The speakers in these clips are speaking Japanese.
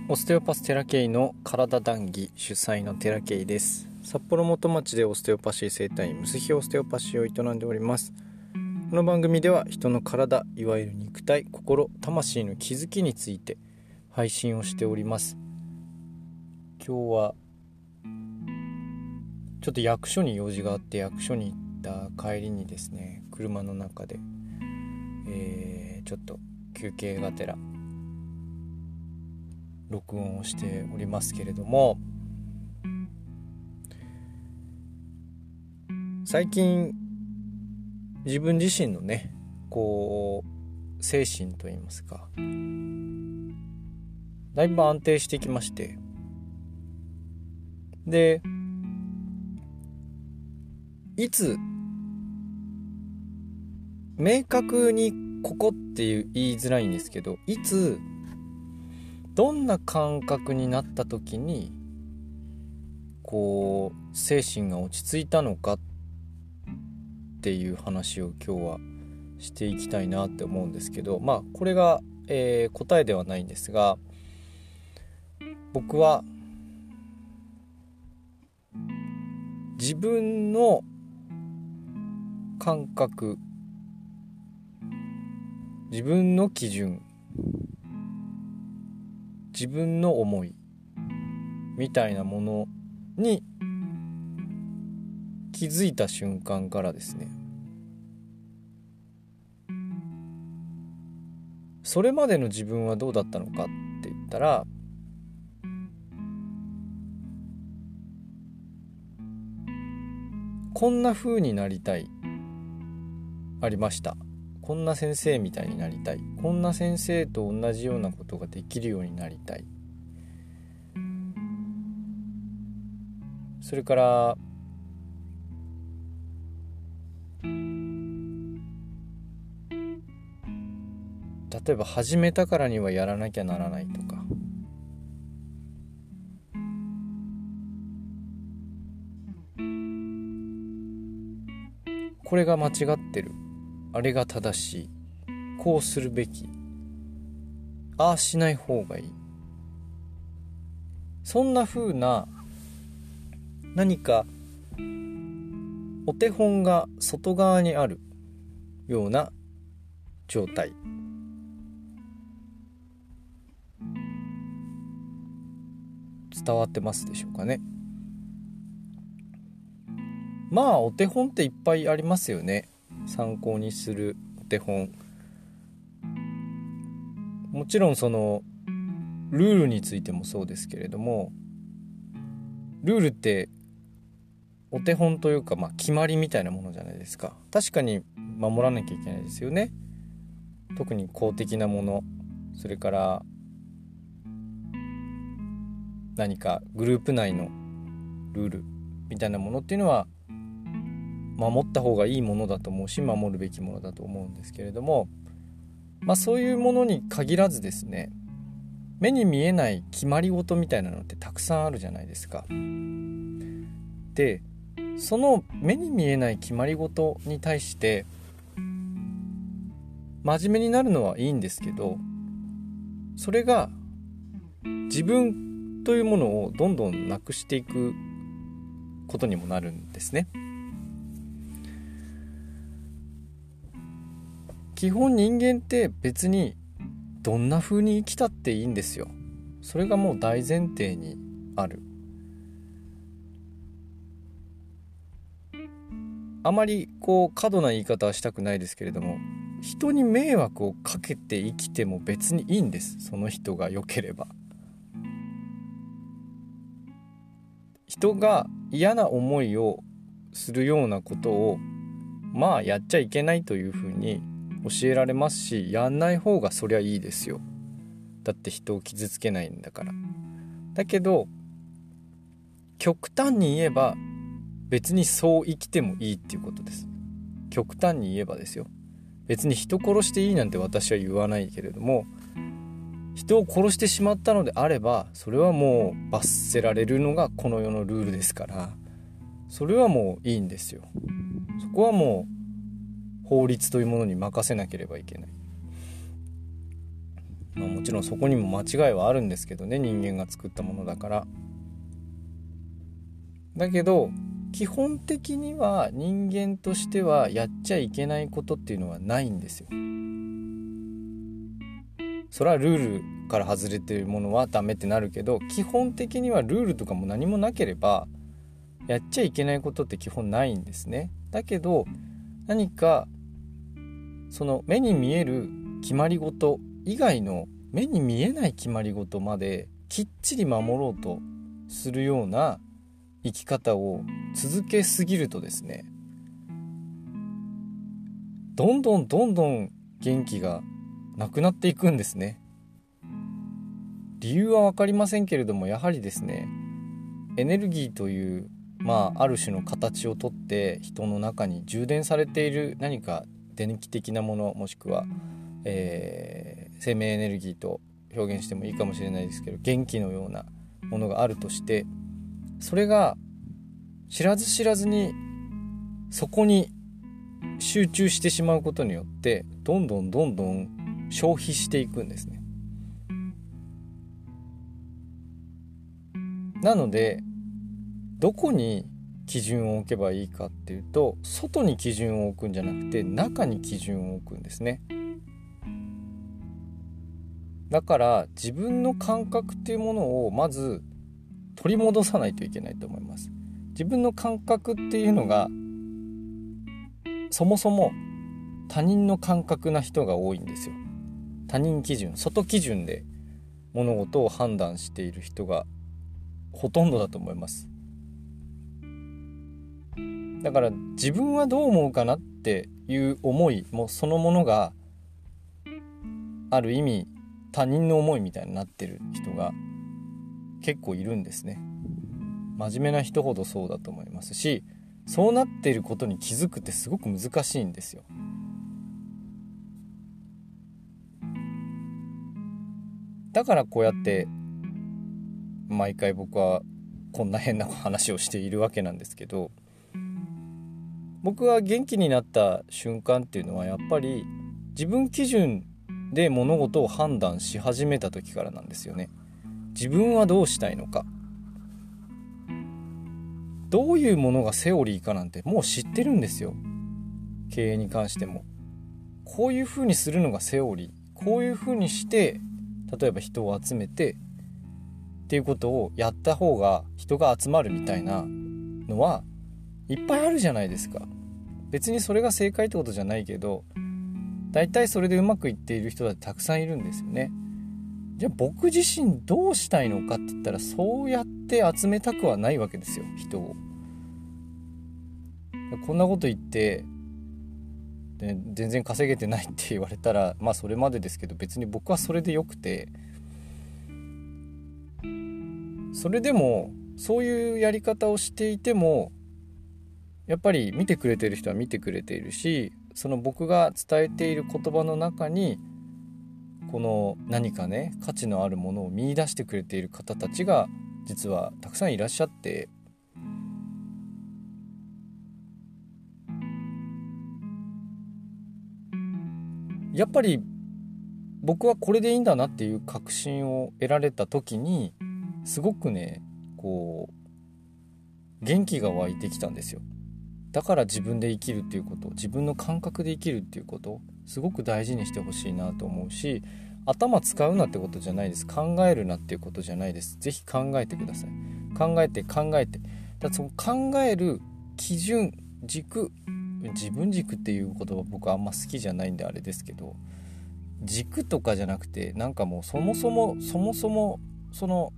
オステオパステラケイの体談義主催のテラケイです。札幌元町でオステオパシー整体院ムスヒオステオパシーを営んでおります。この番組では人の体、いわゆる肉体、心、魂の気づきについて配信をしております。今日はちょっと役所に用事があって役所に行った帰りにですね、車の中で、ちょっと休憩がてら録音をしておりますけれども、最近自分自身のね精神といいますか、だいぶ安定してきまして、でいつ明確にここって言いづらいんですけど、いつどんな感覚になった時に精神が落ち着いたのかっていう話を今日はしていきたいなって思うんですけど、これが、答えではないんですが、僕は自分の感覚、自分の基準、自分の思いみたいなものに気づいた瞬間からですね、それまでの自分はどうだったのかって言ったら、こんな風になりたい、ありました。こんな先生みたいになりたい、こんな先生と同じようなことができるようになりたい、それから例えば始めたからにはやらなきゃならないとか、これが間違ってる、あれが正しい、こうするべき、ああしない方がいい、そんな風な何かお手本が外側にあるような状態、伝わってますでしょうかね。お手本っていっぱいありますよね。参考にするお手本、もちろんそのルールについてもそうですけれども、ルールってお手本というか、決まりみたいなものじゃないですか。確かに守らなきゃいけないですよね。特に公的なもの、それから何かグループ内のルールみたいなものっていうのは守った方がいいものだと思うし、守るべきものだと思うんですけれども、そういうものに限らずですね、目に見えない決まり事みたいなのってたくさんあるじゃないですか。で、その目に見えない決まり事に対して真面目になるのはいいんですけど、それが自分というものをどんどんなくしていくことにもなるんですね。基本人間って別にどんな風に生きたっていいんですよ。それがもう大前提にある。あまり過度な言い方はしたくないですけれども、人に迷惑をかけて生きても別にいいんです。その人が良ければ。人が嫌な思いをするようなことをやっちゃいけないというふうに教えられますし、やんない方がそりゃいいですよ。だって人を傷つけないんだから。だけど極端に言えば別にそう生きてもいいっていうことです。極端に言えばですよ。別に人殺していいなんて私は言わないけれども、人を殺してしまったのであれば、それはもう罰せられるのがこの世のルールですから、それはもういいんですよ。そこはもう法律というものに任せなければいけない。 もちろんそこにも間違いはあるんですけどね、人間が作ったものだから。だけど基本的には人間としてはやっちゃいけないことっていうのはないんですよ。それはルールから外れてるものはダメってなるけど、基本的にはルールとかも何もなければやっちゃいけないことって基本ないんですね。だけど何かその目に見える決まり事以外の目に見えない決まり事まできっちり守ろうとするような生き方を続けすぎるとですね、どんどん元気がなくなっていくんですね。理由は分かりませんけれども、やはりですね、エネルギーという、ある種の形をとって人の中に充電されている何か電気的なもの、もしくは、生命エネルギーと表現してもいいかもしれないですけど、元気のようなものがあるとして、それが知らず知らずにそこに集中してしまうことによってどんどん消費していくんですね。なのでどこに基準を置けばいいかっていうと、外に基準を置くんじゃなくて中に基準を置くんですね。だから自分の感覚っていうものをまず取り戻さないといけないと思います。自分の感覚っていうのがそもそも他人の感覚な人が多いんですよ。他人基準、外基準で物事を判断している人がほとんどだと思います。だから自分はどう思うかなっていう思いもそのものがある意味他人の思いみたいになってる人が結構いるんですね。真面目な人ほどそうだと思いますし、そうなっていることに気づくってすごく難しいんですよ。だからこうやって毎回僕はこんな変な話をしているわけなんですけど、僕は元気になった瞬間っていうのはやっぱり自分基準で物事を判断し始めた時からなんですよね。自分はどうしたいのか、どういうものがセオリーかなんてもう知ってるんですよ。経営に関してもこういう風にするのがセオリー、こういう風にして例えば人を集めてっていうことをやった方が人が集まるみたいなのはいっぱいあるじゃないですか。別にそれが正解ってことじゃないけど、だいたいそれでうまくいっている人だってたくさんいるんですよね。じゃあ僕自身どうしたいのかって言ったら、そうやって集めたくはないわけですよ、人を。こんなこと言ってで全然稼げてないって言われたらそれまでですけど、別に僕はそれでよくて、それでもそういうやり方をしていてもやっぱり見てくれている人は見てくれているし、その僕が伝えている言葉の中にこの何かね価値のあるものを見出してくれている方たちが実はたくさんいらっしゃって、やっぱり僕はこれでいいんだなっていう確信を得られた時にすごくね元気が湧いてきたんですよ。だから自分で生きるっていうこと、自分の感覚で生きるっていうことすごく大事にしてほしいなと思うし、頭使うなってことじゃないです。考えるなっていうことじゃないです。ぜひ考えてください。考えてだその考える基準軸、自分軸っていう言葉僕はあんま好きじゃないんであれですけど、軸とかじゃなくてもうそもそもその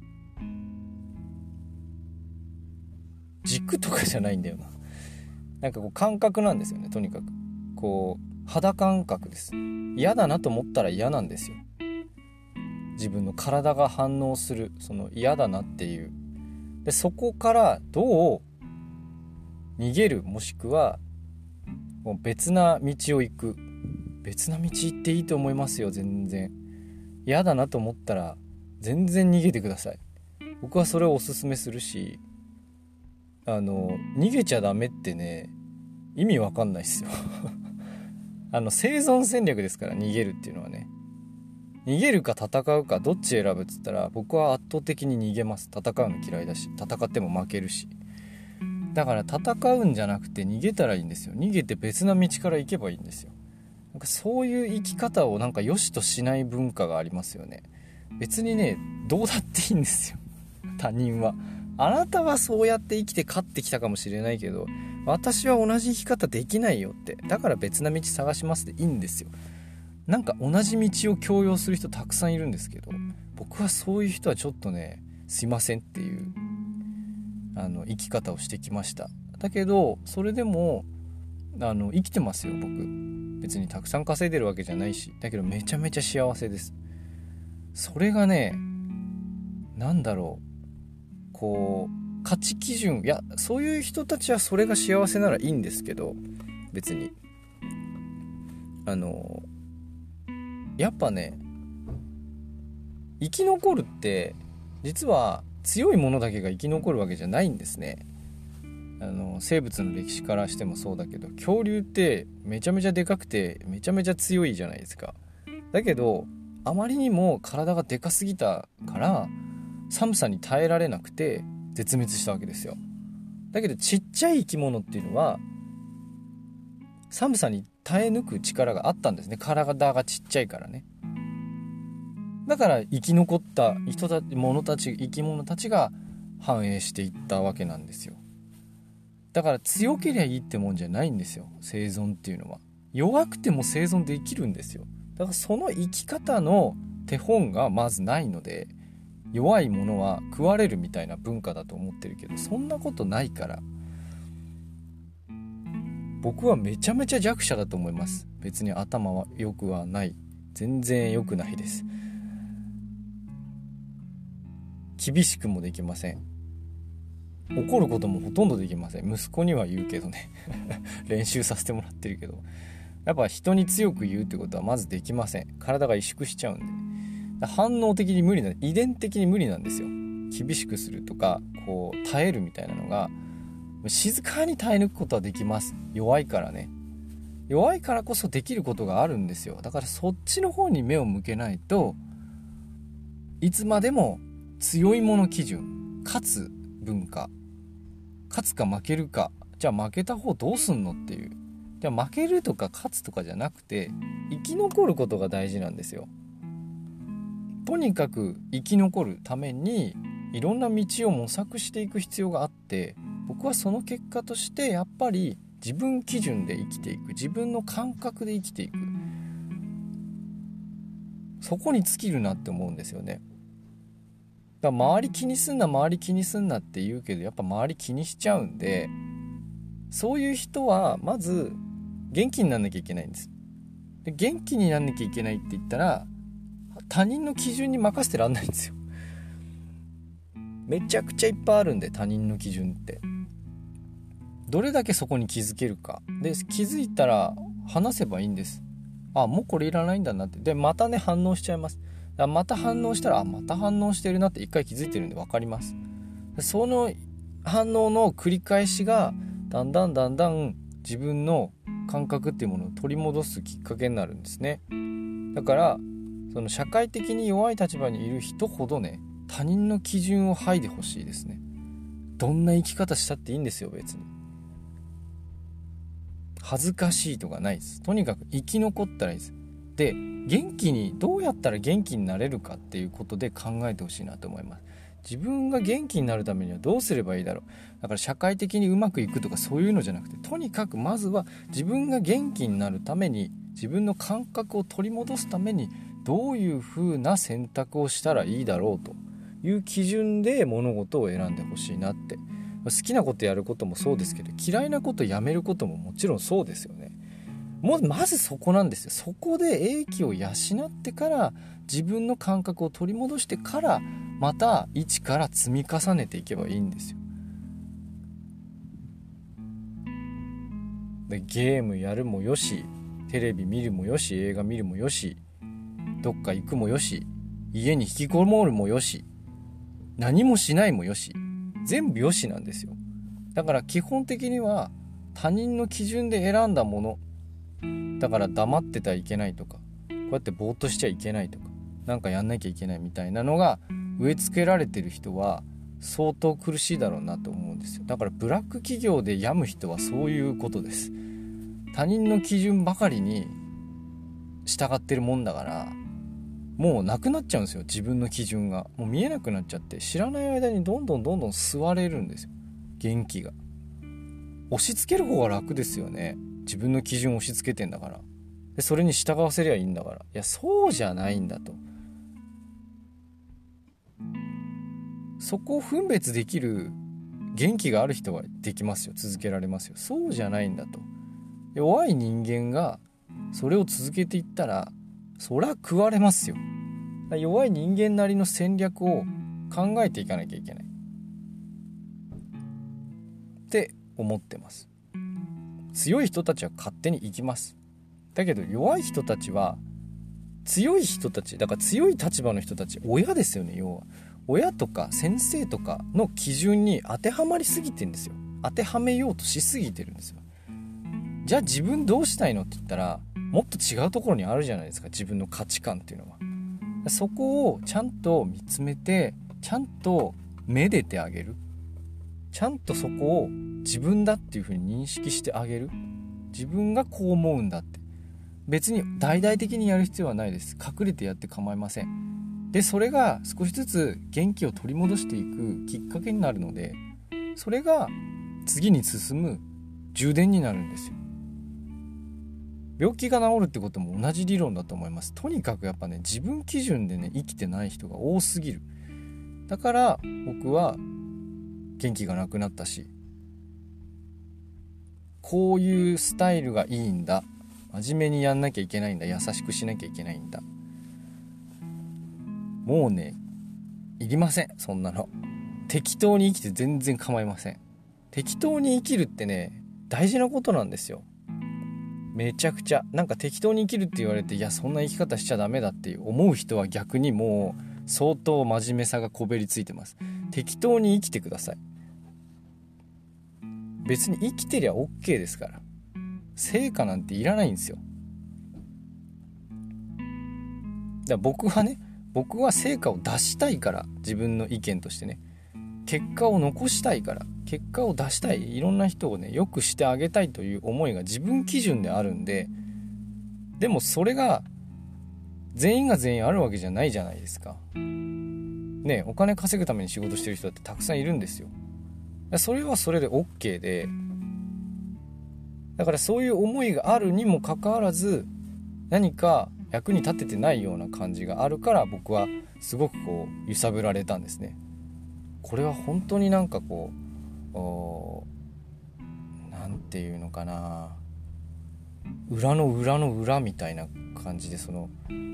軸とかじゃないんだよな。感覚なんですよね。とにかく肌感覚です。嫌だなと思ったら嫌なんですよ。自分の体が反応するその嫌だなっていうで、そこからどう逃げる、もしくはもう別な道を行く。別な道行っていいと思いますよ。全然嫌だなと思ったら全然逃げてください。僕はそれをおすすめするし、逃げちゃダメってね意味わかんないっすよ生存戦略ですから、逃げるっていうのはね。 逃げるか戦うかどっち選ぶっつったら、僕は圧倒的に逃げます。戦うの嫌いだし、戦っても負けるし。だから戦うんじゃなくて逃げたらいいんですよ。逃げて別な道から行けばいいんですよ。なんかそういう生き方をなんか良しとしない文化がありますよね。別にね、どうだっていいんですよ。他人は。あなたはそうやって生きて勝ってきたかもしれないけど、私は同じ生き方できないよって。だから別な道探しますでいいんですよ。なんか同じ道を強要する人たくさんいるんですけど、僕はそういう人はちょっとね、すいませんっていう生き方をしてきました。だけどそれでも生きてますよ。僕別にたくさん稼いでるわけじゃないし、だけどめちゃめちゃ幸せです。それがね、なんだろう、こう価値基準、いやそういう人たちはそれが幸せならいいんですけど、別にやっぱね、生き残るって実は強いものだけが生き残るわけじゃないんですね。生物の歴史からしてもそうだけど、恐竜ってめちゃめちゃでかくてめちゃめちゃ強いじゃないですか。だけどあまりにも体がでかすぎたから寒さに耐えられなくて絶滅したわけですよ。だけどちっちゃい生き物っていうのは寒さに耐え抜く力があったんですね。体がちっちゃいからね。だから生き残った人たち、物たち、生き物たちが繁栄していったわけなんですよ。だから強ければいいってもんじゃないんですよ、生存っていうのは。弱くても生存できるんですよ。だからその生き方の手本がまずないので、弱いものは食われるみたいな文化だと思ってるけど、そんなことないから。僕はめちゃめちゃ弱者だと思います。別に頭は良くはない、全然良くないです。厳しくもできません。怒ることもほとんどできません。息子には言うけどね練習させてもらってるけど、やっぱ人に強く言うってことはまずできません。体が萎縮しちゃうんで、反応的に無理な、遺伝的に無理なんですよ。厳しくするとかこう耐えるみたいなのが、静かに耐え抜くことはできます。弱いからね。弱いからこそできることがあるんですよ。だからそっちの方に目を向けないと、いつまでも強いもの基準、勝つ文化、勝つか負けるか、じゃあ負けた方どうすんのっていう。じゃあ負けるとか勝つとかじゃなくて、生き残ることが大事なんですよ。とにかく生き残るためにいろんな道を模索していく必要があって、僕はその結果としてやっぱり自分基準で生きていく、自分の感覚で生きていく、そこに尽きるなって思うんですよね。だから周り気にすんな周り気にすんなって言うけど、やっぱ周り気にしちゃうんで、そういう人はまず元気にならなきゃいけないんです。で、元気にならなきゃいけないって言ったら他人の基準に任せてらんないんですよ。めちゃくちゃいっぱいあるんで、他人の基準ってどれだけそこに気づけるかで、気づいたら話せばいいんです。あ、もうこれいらないんだなって。でまたね、反応しちゃいます。だからまた反応したら、また反応してるなって一回気づいてるんで分かります。その反応の繰り返しがだんだん自分の感覚っていうものを取り戻すきっかけになるんですね。だからその社会的に弱い立場にいる人ほどね、他人の基準を剥いでほしいですね。どんな生き方したっていいんですよ、別に。恥ずかしいとかないです。とにかく生き残ったらいいです。で、元気に、どうやったら元気になれるかっていうことで考えてほしいなと思います。自分が元気になるためにはどうすればいいだろう。だから社会的にうまくいくとかそういうのじゃなくて、とにかくまずは自分が元気になるために、自分の感覚を取り戻すためにどういう風な選択をしたらいいだろうという基準で物事を選んでほしいなって。好きなことやることもそうですけど、嫌いなことやめることももちろんそうですよね。まずそこなんですよ。そこで英気を養ってから、自分の感覚を取り戻してから、また一から積み重ねていけばいいんですよ。で、ゲームやるもよし、テレビ見るもよし、映画見るもよし、どっか行くもよし、家に引きこもるもよし、何もしないもよし、全部よしなんですよ。だから基本的には他人の基準で選んだものだから、黙ってたらいけないとか、こうやってぼーっとしちゃいけないとか、 なんかやんなきゃいけないみたいなのが植え付けられてる人は相当苦しいだろうなと思うんですよ。だからブラック企業で病む人はそういうことです。他人の基準ばかりに従ってるもんだから、もうなくなっちゃうんですよ。自分の基準がもう見えなくなっちゃって、知らない間にどんどん吸われるんですよ、元気が。押し付ける方が楽ですよね。自分の基準を押し付けてんだから。でそれに従わせりゃいいんだから。いや、そうじゃないんだと。そこを分別できる元気がある人はできますよ。続けられますよ。そうじゃないんだと。弱い人間がそれを続けていったら、そりゃ食われますよ。弱い人間なりの戦略を考えていかなきゃいけないって思ってます。強い人たちは勝手に行きます。だけど弱い人たちは、強い人たちだから強い立場の人たち、親ですよね。要は親とか先生とかの基準に当てはまりすぎてるんですよ。当てはめようとしすぎてるんですよ。じゃあ自分どうしたいのって言ったら、もっと違うところにあるじゃないですか、自分の価値観っていうのは。そこをちゃんと見つめて、ちゃんとめでてあげる、ちゃんとそこを自分だっていうふうに認識してあげる。自分がこう思うんだって。別に大々的にやる必要はないです。隠れてやって構いません。でそれが少しずつ元気を取り戻していくきっかけになるので、それが次に進む充電になるんですよ。病気が治るってことも同じ理論だと思います。とにかくやっぱね、自分基準でね生きてない人が多すぎる。だから僕は元気がなくなったし、こういうスタイルがいいんだ、真面目にやんなきゃいけないんだ、優しくしなきゃいけないんだ、もうねいりません。そんなの適当に生きて全然構いません。適当に生きるってね大事なことなんですよ。めちゃくちゃなんか適当に生きるって言われて、いやそんな生き方しちゃダメだって思う人は逆にもう相当真面目さがこべりついてます。適当に生きてください。別に生きてりゃ OK ですから。成果なんていらないんですよ。だから僕は成果を出したいから、自分の意見としてね、結果を残したいから、結果を出したい、いろんな人をね良くしてあげたいという思いが自分基準であるんで。でもそれが全員が全員あるわけじゃないじゃないですかね。お金稼ぐために仕事してる人だってたくさんいるんですよ。それはそれで OK で、だからそういう思いがあるにもかかわらず、何か役に立ててないような感じがあるから、僕はすごくこう揺さぶられたんですね。これは本当になんかこう、なんていうのかな、裏の裏の裏みたいな感じで、その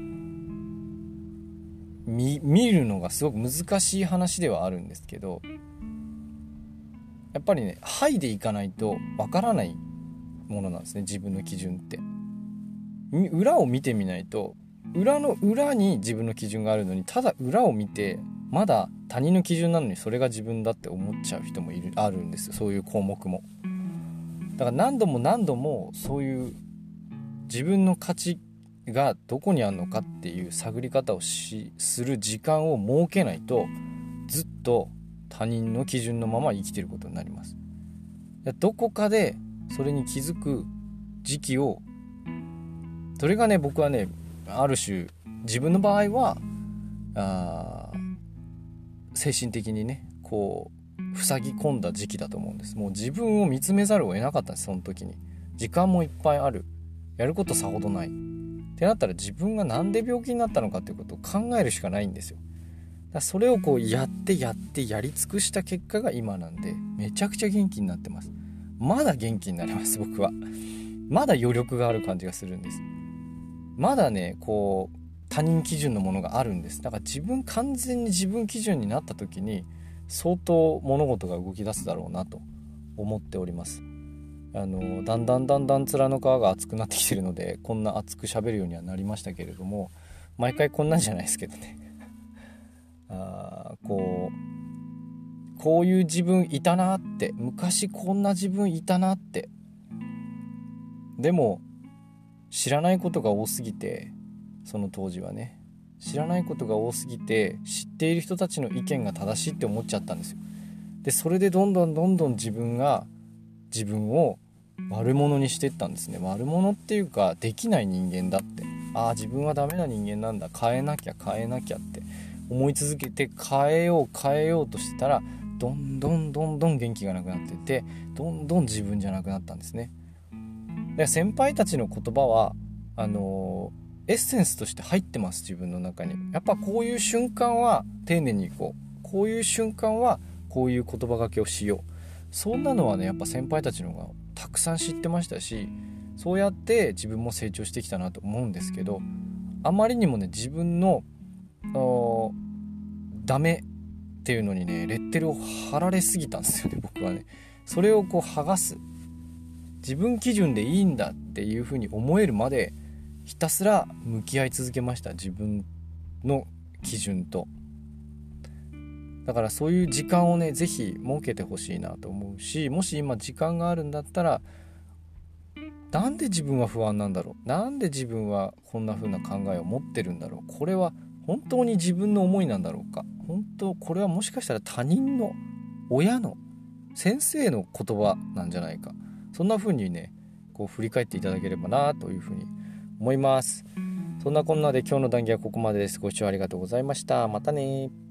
見るのがすごく難しい話ではあるんですけど、やっぱりね剥いでいかないとわからないものなんですね、自分の基準って。裏を見てみないと、裏の裏に自分の基準があるのに、ただ裏を見てまだ他人の基準なのにそれが自分だって思っちゃう人もあるんですよ。そういう項目も。だから何度もそういう自分の価値がどこにあるのかっていう探り方をする時間を設けないと、ずっと他人の基準のまま生きてることになります。どこかでそれに気づく時期を、それがね、僕はね、ある種自分の場合は精神的にねこう塞ぎ込んだ時期だと思うんです。もう自分を見つめざるを得なかったんです。その時に時間もいっぱいある、やることさほどないってなったら、自分がなんで病気になったのかっていうことを考えるしかないんですよ。だからそれをこうやってやり尽くした結果が今なんで、めちゃくちゃ元気になってます。まだ元気になります。僕はまだ余力がある感じがするんです。まだねこう他人基準のものがあるんです。だから完全に自分基準になった時に相当物事が動き出すだろうなと思っております。だんだん面の皮が厚くなってきてるので、こんな熱く喋るようにはなりましたけれども、毎回こんなんじゃないですけどねこういう自分いたなって、昔こんな自分いたなって。でも知らないことが多すぎて、その当時はね知らないことが多すぎて、知っている人たちの意見が正しいって思っちゃったんですよ。でそれでどんどん自分を悪者にしていったんですね。悪者っていうか、できない人間だって、自分はダメな人間なんだ、変えなきゃって思い続けて、変えようとしてたら、どんどん元気がなくなっていって、どんどん自分じゃなくなったんですね。で先輩たちの言葉はエッセンスとして入ってます、自分の中に。やっぱこういう瞬間は丁寧にいこう、こういう瞬間はこういう言葉がけをしよう、そんなのはねやっぱ先輩たちの方がたくさん知ってましたし、そうやって自分も成長してきたなと思うんですけど、あまりにもね自分のダメっていうのにねレッテルを貼られすぎたんですよね、僕はね。それをこう剥がす、自分基準でいいんだっていう風に思えるまでひたすら向き合い続けました、自分の基準と。だからそういう時間をねぜひ設けてほしいなと思うし、もし今時間があるんだったら、なんで自分は不安なんだろう、なんで自分はこんな風な考えを持ってるんだろう、これは本当に自分の思いなんだろうか、本当これはもしかしたら他人の、親の、先生の言葉なんじゃないか、そんな風にねこう振り返っていただければなという風に思います。そんなこんなで今日の談義はここまでです。ご視聴ありがとうございました。またね。